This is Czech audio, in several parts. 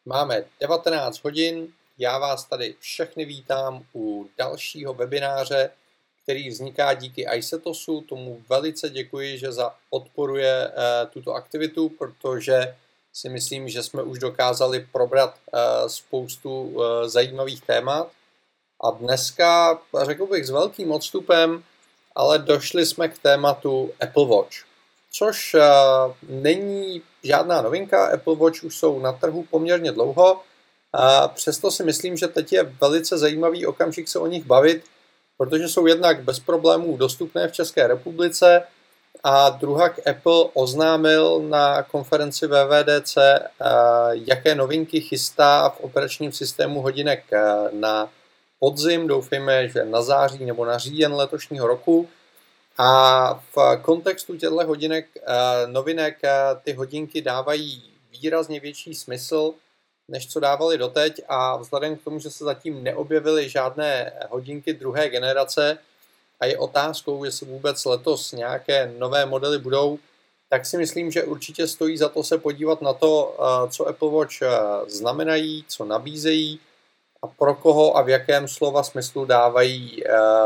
Máme 19 hodin, já vás tady všechny vítám u dalšího webináře, který vzniká díky iSetosu. Tomu velice děkuji, že podporuje tuto aktivitu, protože si myslím, že jsme už dokázali probrat spoustu zajímavých témat. A dneska, řekl bych s velkým odstupem, ale došli jsme k tématu Apple Watch. Což není žádná novinka, Apple Watch už jsou na trhu poměrně dlouho, přesto si myslím, že teď je velice zajímavý okamžik se o nich bavit, protože jsou jednak bez problémů dostupné v České republice a druhak Apple oznámil na konferenci WWDC, jaké novinky chystá v operačním systému hodinek na podzim, doufejme, že na září nebo na říjen letošního roku. A v kontextu těchto novinek ty hodinky dávají výrazně větší smysl, než co dávaly doteď, a vzhledem k tomu, že se zatím neobjevily žádné hodinky druhé generace a je otázkou, jestli vůbec letos nějaké nové modely budou, tak si myslím, že určitě stojí za to se podívat na to, co Apple Watch znamenají, co nabízejí a pro koho a v jakém slova smyslu dávají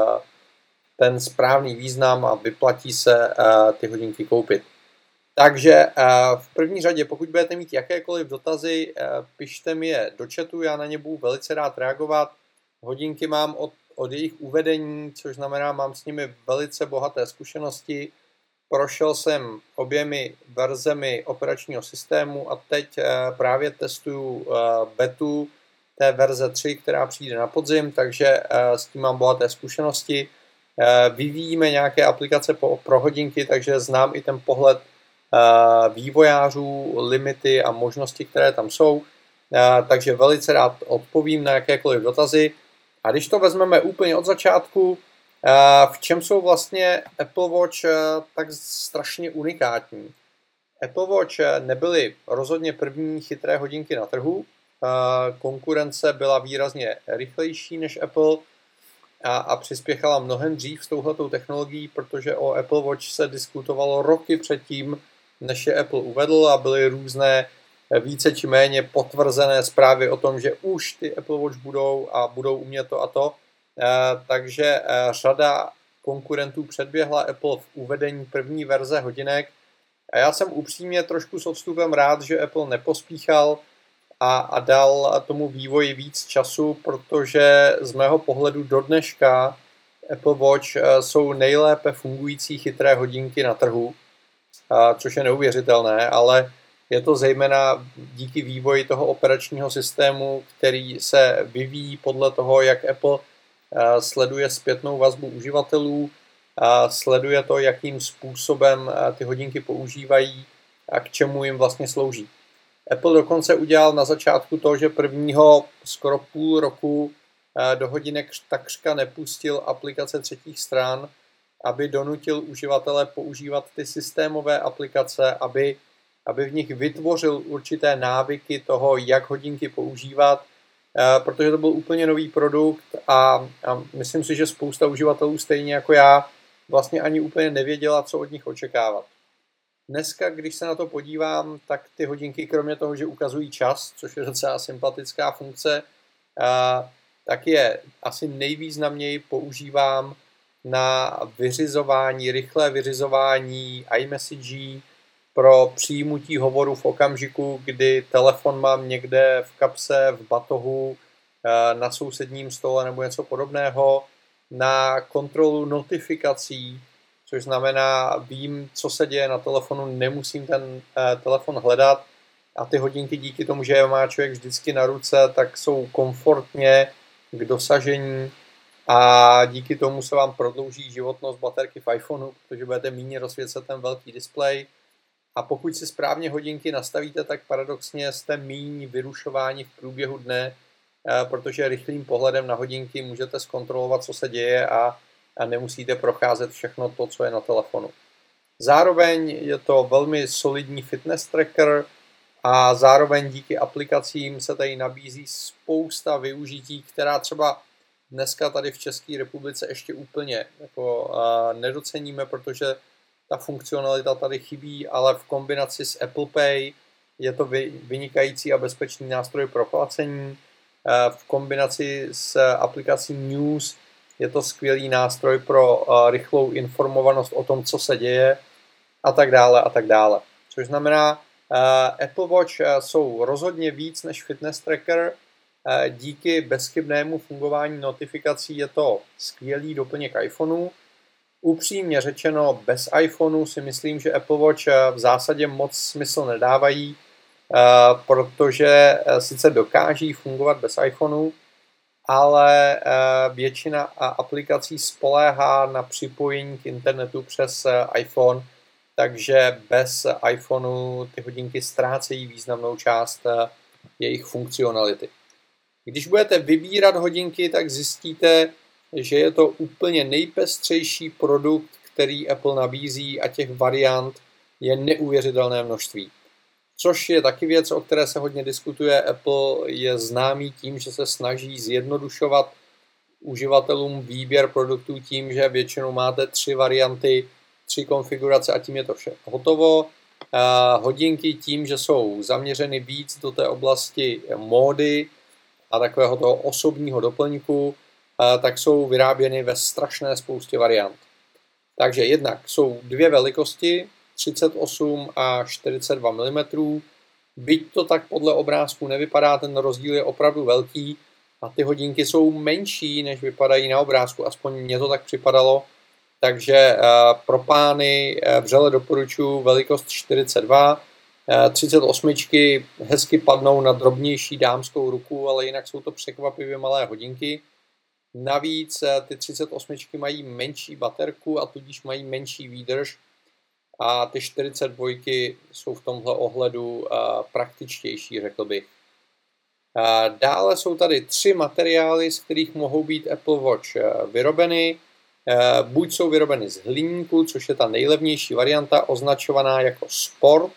ten správný význam a vyplatí se ty hodinky koupit. Takže v první řadě, pokud budete mít jakékoliv dotazy, pište mi je do chatu, já na ně budu velice rád reagovat. Hodinky mám od jejich uvedení, což znamená, mám s nimi velice bohaté zkušenosti. Prošel jsem oběmi verzemi operačního systému a teď právě testuju betu té verze 3, která přijde na podzim, takže s tím mám bohaté zkušenosti. Vyvíjíme nějaké aplikace pro hodinky, takže znám i ten pohled vývojářů, limity a možnosti, které tam jsou. Takže velice rád odpovím na jakékoliv dotazy. A když to vezmeme úplně od začátku, v čem jsou vlastně Apple Watch tak strašně unikátní? Apple Watch nebyly rozhodně první chytré hodinky na trhu. Konkurence byla výrazně rychlejší než Apple a přispěchala mnohem dřív s touhletou technologií, protože o Apple Watch se diskutovalo roky předtím, než je Apple uvedl, a byly různé více či méně potvrzené zprávy o tom, že už ty Apple Watch budou a budou umět to a to. Takže řada konkurentů předběhla Apple v uvedení první verze hodinek a já jsem upřímně trošku s odstupem rád, že Apple nepospíchal a dal tomu vývoji víc času, protože z mého pohledu do dneška Apple Watch jsou nejlépe fungující chytré hodinky na trhu, což je neuvěřitelné, ale je to zejména díky vývoji toho operačního systému, který se vyvíjí podle toho, jak Apple sleduje zpětnou vazbu uživatelů, sleduje to, jakým způsobem ty hodinky používají a k čemu jim vlastně slouží. Apple dokonce udělal na začátku to, že prvního skoro půl roku do hodinek takřka nepustil aplikace třetích stran, aby donutil uživatele používat ty systémové aplikace, aby v nich vytvořil určité návyky toho, jak hodinky používat, protože to byl úplně nový produkt a myslím si, že spousta uživatelů, stejně jako já, vlastně ani úplně nevěděla, co od nich očekávat. Dneska, když se na to podívám, tak ty hodinky, kromě toho, že ukazují čas, což je docela sympatická funkce, tak je asi nejvýznamněji používám na vyřizování, rychlé vyřizování iMessage pro přijímutí hovoru v okamžiku, kdy telefon mám někde v kapse, v batohu, na sousedním stole nebo něco podobného, na kontrolu notifikací, což znamená, vím, co se děje na telefonu, nemusím ten telefon hledat a ty hodinky díky tomu, že je má člověk vždycky na ruce, tak jsou komfortně k dosažení a díky tomu se vám prodlouží životnost baterky v iPhoneu, protože budete méně rozsvěcet ten velký displej. A pokud si správně hodinky nastavíte, tak paradoxně jste méně vyrušováni v průběhu dne, protože rychlým pohledem na hodinky můžete zkontrolovat, co se děje a nemusíte procházet všechno to, co je na telefonu. Zároveň je to velmi solidní fitness tracker a zároveň díky aplikacím se tady nabízí spousta využití, která třeba dneska tady v České republice ještě úplně nedoceníme, protože ta funkcionalita tady chybí, ale v kombinaci s Apple Pay je to vynikající a bezpečný nástroj pro placení. V kombinaci s aplikací News je to skvělý nástroj pro rychlou informovanost o tom, co se děje a tak dále a tak dále. Což znamená, Apple Watch jsou rozhodně víc než fitness tracker. Díky bezchybnému fungování notifikací je to skvělý doplněk iPhoneu. Upřímně řečeno, bez iPhoneu si myslím, že Apple Watch v zásadě moc smysl nedávají, protože sice dokáží fungovat bez iPhoneu, ale většina aplikací spoléhá na připojení k internetu přes iPhone, takže bez iPhoneu ty hodinky ztrácejí významnou část jejich funkcionality. Když budete vybírat hodinky, tak zjistíte, že je to úplně nejpestřejší produkt, který Apple nabízí a těch variant je neuvěřitelné množství. Což je taky věc, o které se hodně diskutuje. Apple je známý tím, že se snaží zjednodušovat uživatelům výběr produktů tím, že většinou máte 3 varianty, 3 konfigurace a tím je to vše hotovo. Hodinky tím, že jsou zaměřeny víc do té oblasti módy a takového toho osobního doplňku, tak jsou vyráběny ve strašné spoustě variant. Takže jednak jsou 2 velikosti, 38 a 42 mm. Byť to tak podle obrázku nevypadá, ten rozdíl je opravdu velký a ty hodinky jsou menší, než vypadají na obrázku, aspoň mně to tak připadalo. Takže pro pány vřele doporučuji velikost 42, 38 hezky padnou na drobnější dámskou ruku, ale jinak jsou to překvapivě malé hodinky. Navíc ty 38 mají menší baterku a tudíž mají menší výdrž a ty 42 jsou v tomhle ohledu praktičtější, řekl bych. Dále jsou tady 3 materiály, z kterých mohou být Apple Watch vyrobeny. Buď jsou vyrobeny z hliníku, což je ta nejlevnější varianta, označovaná jako Sport,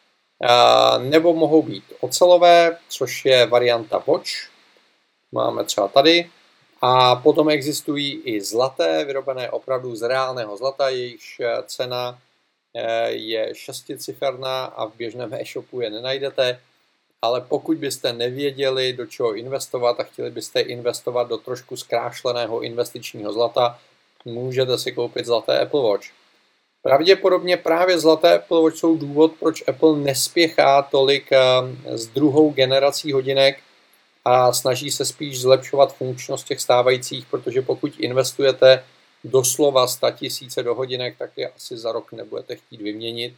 nebo mohou být ocelové, což je varianta Watch. Máme třeba tady. A potom existují i zlaté, vyrobené opravdu z reálného zlata, jejichž cena je 6ciferná a v běžném e-shopu je nenajdete. Ale pokud byste nevěděli, do čeho investovat a chtěli byste investovat do trošku zkrášleného investičního zlata, můžete si koupit zlaté Apple Watch. Pravděpodobně právě zlaté Apple Watch jsou důvod, proč Apple nespěchá tolik s druhou generací hodinek a snaží se spíš zlepšovat funkčnost těch stávajících, protože pokud investujete doslova 100 000 do hodinek, tak je asi za rok nebudete chtít vyměnit.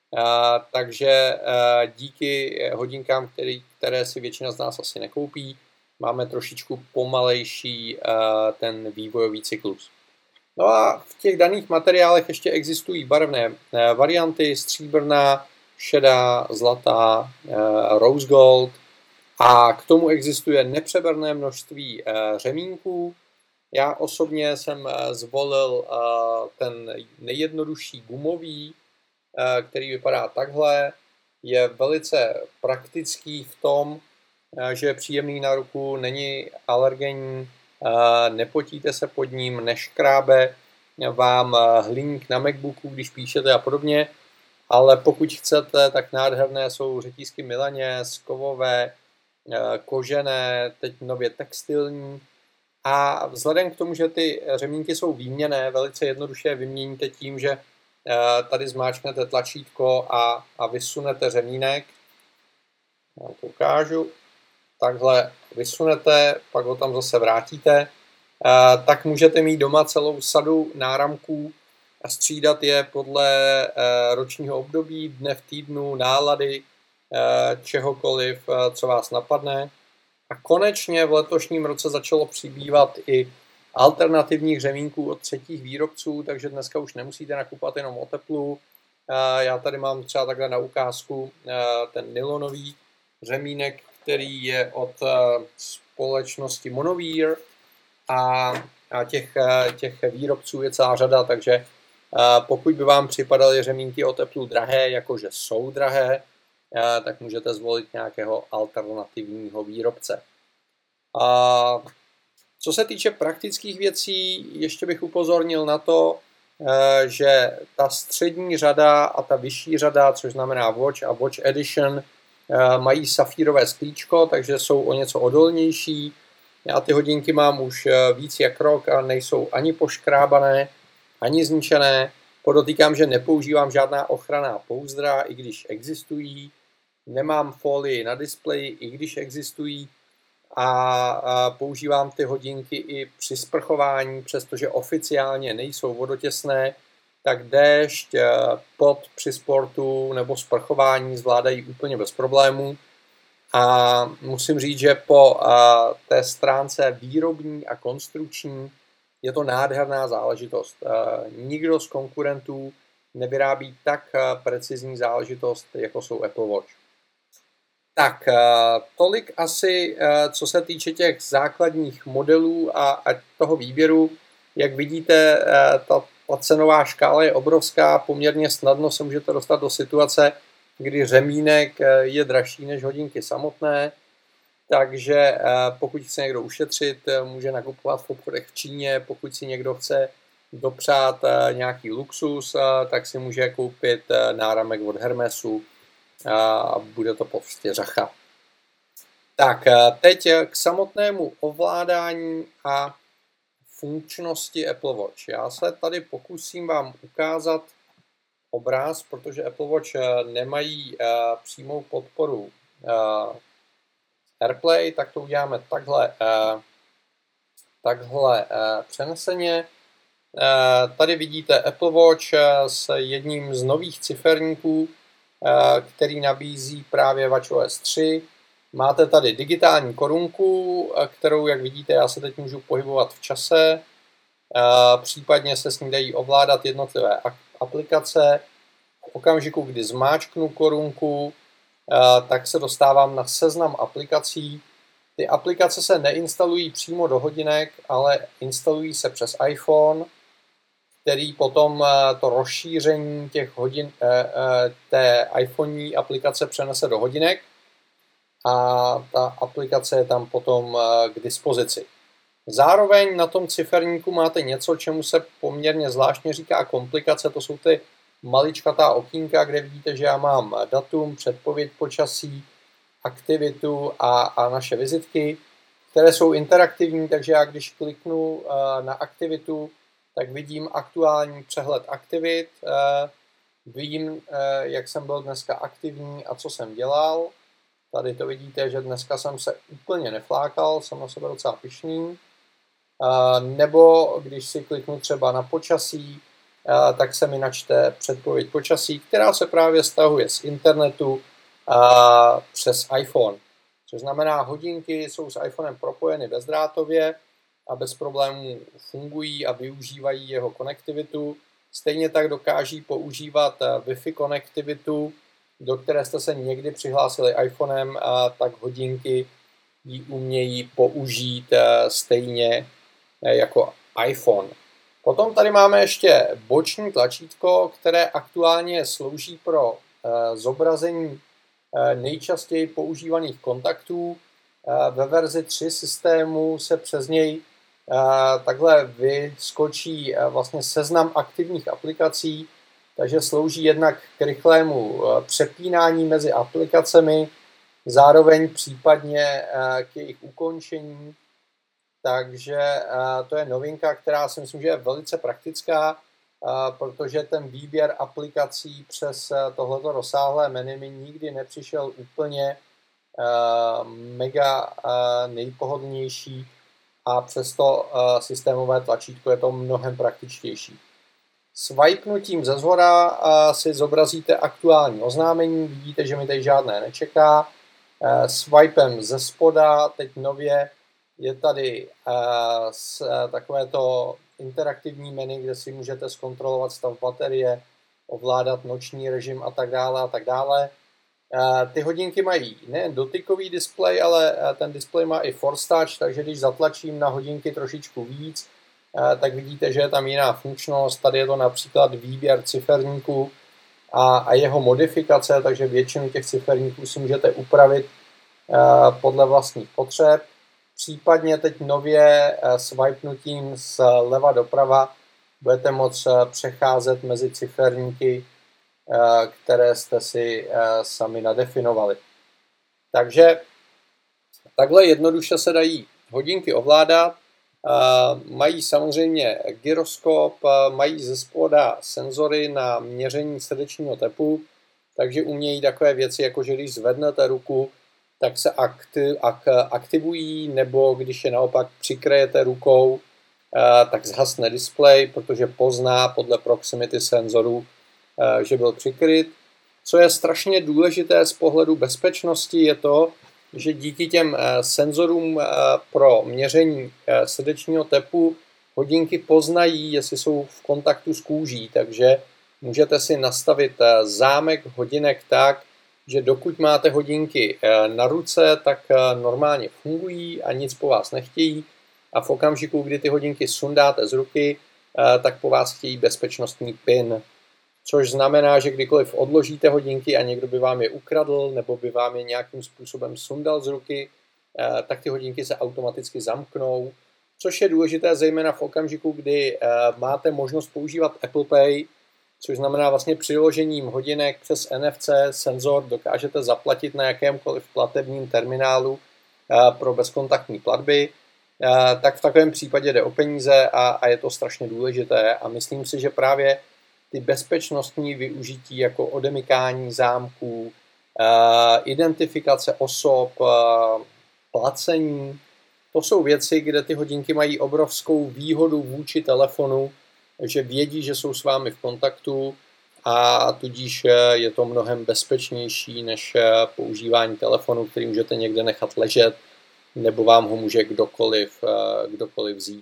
Takže díky hodinkám, které si většina z nás asi nekoupí, máme trošičku pomalejší ten vývojový cyklus. No a v těch daných materiálech ještě existují barevné varianty, stříbrná, šedá, zlatá, rose gold a k tomu existuje nepřeberné množství řemínků. Já osobně jsem zvolil ten nejjednodušší gumový, který vypadá takhle. Je velice praktický v tom, že je příjemný na ruku, není alergenní, nepotíte se pod ním, neškrábe vám hliník na MacBooku, když píšete a podobně, ale pokud chcete, tak nádherné jsou řetízky Milaně, kovové, kožené, teď nově textilní. A vzhledem k tomu, že ty řemínky jsou výměnné, velice jednoduše vyměníte tím, že tady zmáčknete tlačítko a vysunete řemínek. Já to ukážu. Takhle vysunete, pak ho tam zase vrátíte. Tak můžete mít doma celou sadu náramků a střídat je podle ročního období, dne v týdnu, nálady, čehokoliv, co vás napadne. A konečně v letošním roce začalo přibývat i alternativních řemínků od třetích výrobců, takže dneska už nemusíte nakupovat jenom o teplu. Já tady mám třeba takhle na ukázku ten nylonový řemínek, který je od společnosti Monowear a těch výrobců je celá řada, takže pokud by vám připadaly řemínky o teplu drahé, jakože jsou drahé, tak můžete zvolit nějakého alternativního výrobce. Co se týče praktických věcí, ještě bych upozornil na to, že ta střední řada a ta vyšší řada, což znamená Watch a Watch Edition, mají safírové sklíčko, takže jsou o něco odolnější. Já ty hodinky mám už víc jak rok a nejsou ani poškrábané, ani zničené. Podotýkám, že nepoužívám žádná ochranná pouzdra, i když existují. Nemám folii na displeji, i když existují. A používám ty hodinky i při sprchování, přestože oficiálně nejsou vodotěsné, tak déšť, pot při sportu nebo sprchování zvládají úplně bez problémů. A musím říct, že po té stránce výrobní a konstrukční je to nádherná záležitost. Nikdo z konkurentů nevyrábí tak precizní záležitost, jako jsou Apple Watch. Tak, tolik asi, co se týče těch základních modelů a toho výběru. Jak vidíte, ta cenová škála je obrovská, poměrně snadno se můžete dostat do situace, kdy řemínek je dražší než hodinky samotné, takže pokud chce někdo ušetřit, může nakupovat v obchodech v Číně, pokud si někdo chce dopřát nějaký luxus, tak si může koupit náramek od Hermesu a bude to prostě řacha. Tak, teď k samotnému ovládání a funkčnosti Apple Watch. Já se tady pokusím vám ukázat obraz, protože Apple Watch nemají přímou podporu AirPlay, tak to uděláme takhle přeneseně. Tady vidíte Apple Watch s jedním z nových ciferníků, který nabízí právě watchOS 3. Máte tady digitální korunku, kterou, jak vidíte, já se teď můžu pohybovat v čase. Případně se s ní dají ovládat jednotlivé aplikace. V okamžiku, kdy zmáčknu korunku, tak se dostávám na seznam aplikací. Ty aplikace se neinstalují přímo do hodinek, ale instalují se přes iPhone, který potom to rozšíření těch hodin, té iPhoneové aplikace přenese do hodinek a ta aplikace je tam potom k dispozici. Zároveň na tom ciferníku máte něco, čemu se poměrně zvláštně říká komplikace, to jsou ty maličkatá okýnka, kde vidíte, že já mám datum, předpověď počasí, aktivitu a naše vizitky, které jsou interaktivní, takže já když kliknu na aktivitu, tak vidím aktuální přehled aktivit, vidím, jak jsem byl dneska aktivní a co jsem dělal. Tady to vidíte, že dneska jsem se úplně neflákal, jsem na sebe docela pyšný. Nebo když si kliknu třeba na počasí, tak se mi načte předpověď počasí, která se právě stahuje z internetu přes iPhone. Což znamená, hodinky jsou s iPhonem propojeny bezdrátově a bez problémů fungují a využívají jeho konektivitu. Stejně tak dokáží používat Wi-Fi konektivitu, do které jste se někdy přihlásili iPhonem, tak hodinky ji umějí použít stejně jako iPhone. Potom tady máme ještě boční tlačítko, které aktuálně slouží pro zobrazení nejčastěji používaných kontaktů. Ve verzi 3 systému se přes něj takhle vyskočí vlastně seznam aktivních aplikací, takže slouží jednak k rychlému přepínání mezi aplikacemi, zároveň případně k jejich ukončení. Takže to je novinka, která si myslím, že je velice praktická, protože ten výběr aplikací přes tohleto rozsáhlé menu mi nikdy nepřišel úplně mega nejpohodlnější a přesto systémové tlačítko je to mnohem praktičtější. Swipenutím ze zhora si zobrazíte aktuální oznámení, vidíte, že mi tady žádné nečeká. Swipem ze spoda, teď nově, je tady takovéto interaktivní menu, kde si můžete zkontrolovat stav baterie, ovládat noční režim a tak dále a tak dále. Ty hodinky mají nejen dotykový displej, ale ten displej má i Force Touch, takže když zatlačím na hodinky trošičku víc, tak vidíte, že je tam jiná funkčnost. Tady je to například výběr ciferníků a jeho modifikace, takže většinu těch ciferníků si můžete upravit podle vlastních potřeb. Případně teď nově swipenutím zleva doprava budete moct přecházet mezi ciferníky, které jste si sami nadefinovali. Takže takhle jednoduše se dají hodinky ovládat. Mají samozřejmě gyroskop, mají ze spoda senzory na měření srdečního tepu, takže umějí takové věci, jako že když zvednete ruku, tak se aktivují, nebo když je naopak přikryjete rukou, tak zhasne displej, protože pozná podle proximity senzoru, že byl přikryt. Co je strašně důležité z pohledu bezpečnosti, je to, že díky těm senzorům pro měření srdečního tepu hodinky poznají, jestli jsou v kontaktu s kůží, takže můžete si nastavit zámek hodinek tak, že dokud máte hodinky na ruce, tak normálně fungují a nic po vás nechtějí, a v okamžiku, kdy ty hodinky sundáte z ruky, tak po vás chtějí bezpečnostní PIN. Což znamená, že kdykoliv odložíte hodinky a někdo by vám je ukradl nebo by vám je nějakým způsobem sundal z ruky, tak ty hodinky se automaticky zamknou, což je důležité zejména v okamžiku, kdy máte možnost používat Apple Pay, což znamená vlastně přiložením hodinek přes NFC senzor dokážete zaplatit na jakémkoliv platebním terminálu pro bezkontaktní platby, tak v takovém případě jde o peníze a je to strašně důležité, a myslím si, že právě ty bezpečnostní využití jako odemykání zámků, identifikace osob, placení, to jsou věci, kde ty hodinky mají obrovskou výhodu vůči telefonu, že vědí, že jsou s vámi v kontaktu, a tudíž je to mnohem bezpečnější než používání telefonu, který můžete někde nechat ležet, nebo vám ho může kdokoliv vzít.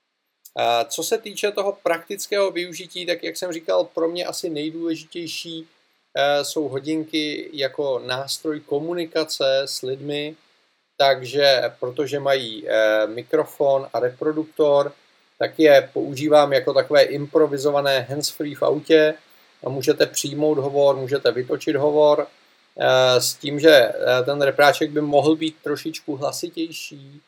Co se týče toho praktického využití, tak jak jsem říkal, pro mě asi nejdůležitější jsou hodinky jako nástroj komunikace s lidmi, takže protože mají mikrofon a reproduktor, tak je používám jako takové improvizované handsfree v autě a můžete přijmout hovor, můžete vytočit hovor, s tím, že ten repráček by mohl být trošičku hlasitější,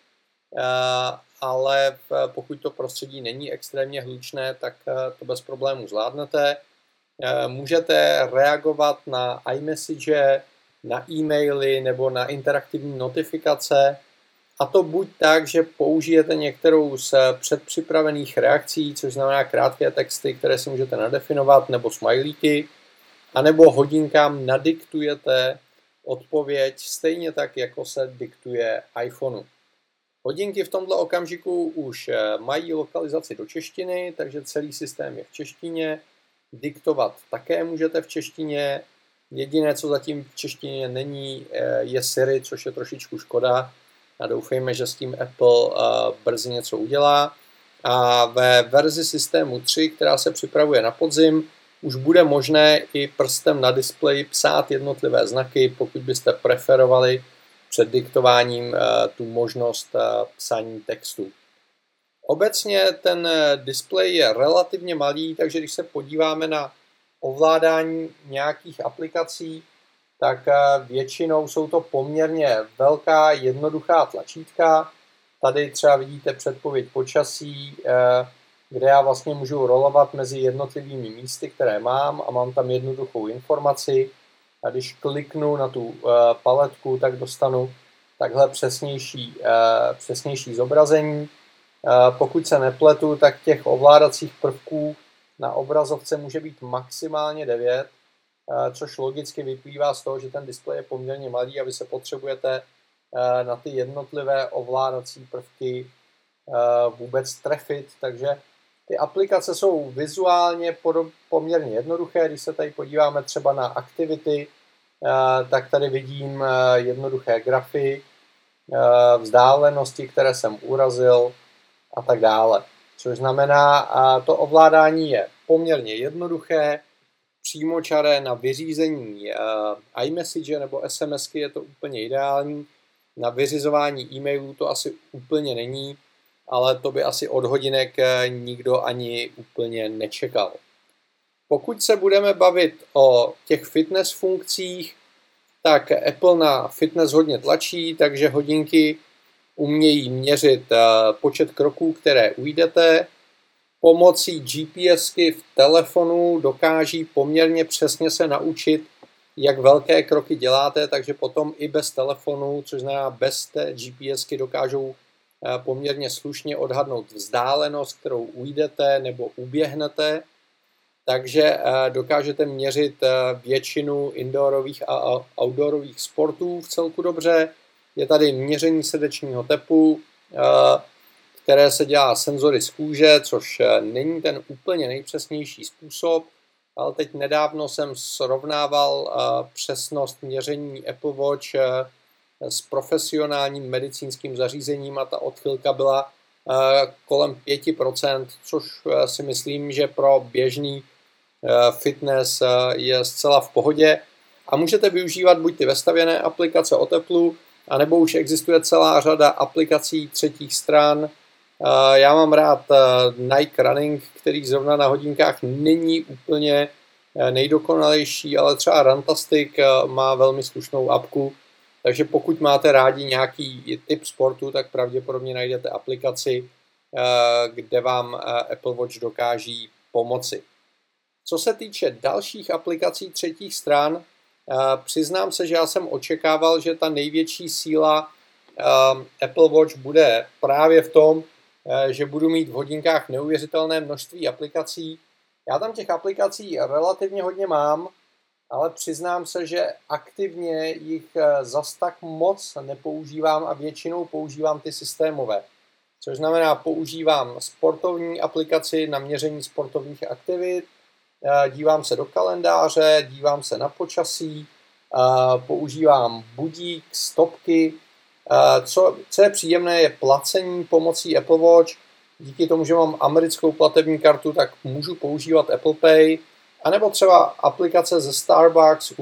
ale pokud to prostředí není extrémně hlučné, tak to bez problémů zvládnete. Můžete reagovat na iMessage, na e-maily nebo na interaktivní notifikace, a to buď tak, že použijete některou z předpřipravených reakcí, což znamená krátké texty, které si můžete nadefinovat, nebo smajlíky, anebo hodinkám nadiktujete odpověď stejně tak, jako se diktuje iPhoneu. Hodinky v tomto okamžiku už mají lokalizaci do češtiny, takže celý systém je v češtině. Diktovat také můžete v češtině. Jediné, co zatím v češtině není, je Siri, což je trošičku škoda. A doufejme, že s tím Apple brzy něco udělá. A ve verzi systému 3, která se připravuje na podzim, už bude možné i prstem na displeji psát jednotlivé znaky, pokud byste preferovali před diktováním tu možnost psaní textu. Obecně ten displej je relativně malý, takže když se podíváme na ovládání nějakých aplikací, tak většinou jsou to poměrně velká, jednoduchá tlačítka. Tady třeba vidíte předpověď počasí, kde já vlastně můžu rolovat mezi jednotlivými místy, které mám, a mám tam jednoduchou informaci. A když kliknu na tu paletku, tak dostanu takhle přesnější zobrazení. Pokud se nepletu, tak těch ovládacích prvků na obrazovce může být maximálně 9, což logicky vyplývá z toho, že ten displej je poměrně malý a vy se potřebujete na ty jednotlivé ovládací prvky vůbec trefit, takže ty aplikace jsou vizuálně poměrně jednoduché. Když se tady podíváme třeba na aktivity, tak tady vidím jednoduché grafy, vzdálenosti, které jsem urazil a tak dále. Což znamená, to ovládání je poměrně jednoduché, přímočaré na vyřízení iMessage nebo SMSky je to úplně ideální. Na vyřizování e-mailů to asi úplně není, ale to by asi od hodinek nikdo ani úplně nečekal. Pokud se budeme bavit o těch fitness funkcích, tak Apple na fitness hodně tlačí, takže hodinky umějí měřit počet kroků, které ujdete. Pomocí GPSky v telefonu dokáží poměrně přesně se naučit, jak velké kroky děláte, takže potom i bez telefonu, což znamená bez té GPSky, dokážou poměrně slušně odhadnout vzdálenost, kterou ujdete nebo uběhnete. Takže dokážete měřit většinu indoorových a outdoorových sportů v celku dobře. Je tady měření srdečního tepu, které se dělá senzory z kůže, což není ten úplně nejpřesnější způsob, ale teď nedávno jsem srovnával přesnost měření Apple Watch s profesionálním medicínským zařízením a ta odchylka byla kolem 5%, což si myslím, že pro běžný fitness je zcela v pohodě a můžete využívat buď ty vestavěné aplikace o teplu, anebo už existuje celá řada aplikací třetích stran. Já mám rád Nike Running, který zrovna na hodinkách není úplně nejdokonalejší, ale třeba Runtastic má velmi slušnou apku, takže pokud máte rádi nějaký typ sportu, tak pravděpodobně najdete aplikaci, kde vám Apple Watch dokáží pomoci. Co se týče dalších aplikací třetích stran, přiznám se, že já jsem očekával, že ta největší síla Apple Watch bude právě v tom, že budu mít v hodinkách neuvěřitelné množství aplikací. Já tam těch aplikací relativně hodně mám, ale přiznám se, že aktivně jich zas tak moc nepoužívám a většinou používám ty systémové. Což znamená, používám sportovní aplikaci na měření sportovních aktivit, dívám se do kalendáře, dívám se na počasí, používám budík, stopky. Co je příjemné, je placení pomocí Apple Watch. Díky tomu, že mám americkou platební kartu, tak můžu používat Apple Pay. A nebo třeba aplikace ze Starbucks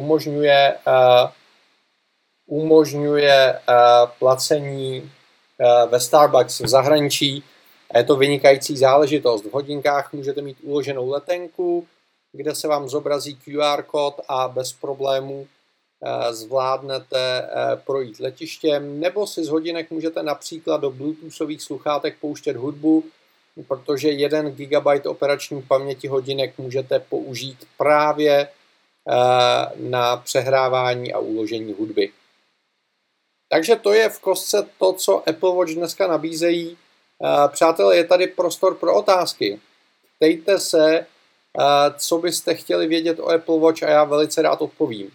umožňuje placení ve Starbucks v zahraničí. A je to vynikající záležitost. V hodinkách můžete mít uloženou letenku, kde se vám zobrazí QR kód a bez problémů zvládnete projít letištěm, nebo si z hodinek můžete například do bluetoothových sluchátek pouštět hudbu, protože 1 GB operační paměti hodinek můžete použít právě na přehrávání a uložení hudby. Takže to je v kostce to, co Apple Watch dneska nabízejí. Přátelé, je tady prostor pro otázky. Ptejte se, co byste chtěli vědět o Apple Watch a já velice rád odpovím.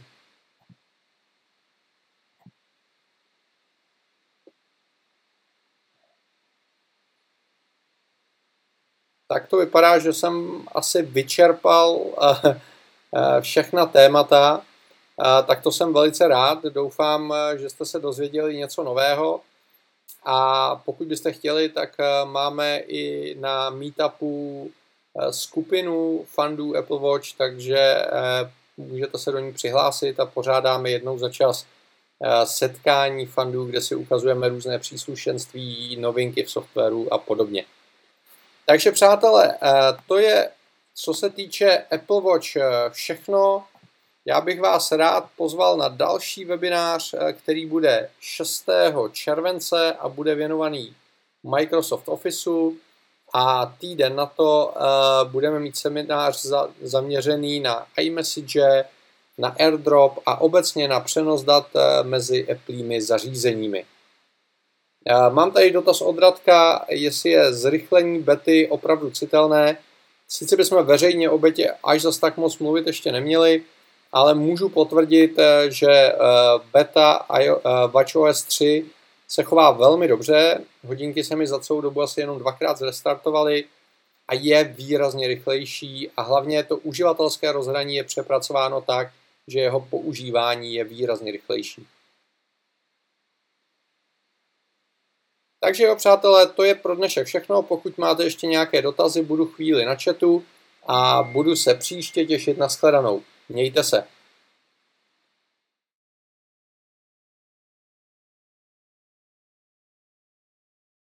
Tak to vypadá, že jsem asi vyčerpal všechna témata, tak to jsem velice rád. Doufám, že jste se dozvěděli něco nového a pokud byste chtěli, tak máme i na Meetupu skupinu fandů Apple Watch, takže můžete se do ní přihlásit a pořádáme jednou za čas setkání fandů, kde si ukazujeme různé příslušenství, novinky v softwaru a podobně. Takže přátelé, to je, co se týče Apple Watch, všechno. Já bych vás rád pozval na další webinář, který bude 6. července a bude věnovaný Microsoft Officeu a týden na to budeme mít seminář zaměřený na iMessage, na AirDrop a obecně na přenos dat mezi Applými zařízeními. Mám tady dotaz od Radka, jestli je zrychlení bety opravdu citelné. Sice bychom veřejně o betě až zas tak moc mluvit ještě neměli, ale můžu potvrdit, že beta WatchOS 3 se chová velmi dobře. Hodinky se mi za celou dobu asi jenom 2krát zrestartovaly a je výrazně rychlejší a hlavně to uživatelské rozhraní je přepracováno tak, že jeho používání je výrazně rychlejší. Takže jo, přátelé, to je pro dnešek všechno. Pokud máte ještě nějaké dotazy, budu chvíli na chatu a budu se příště těšit na shledanou. Mějte se.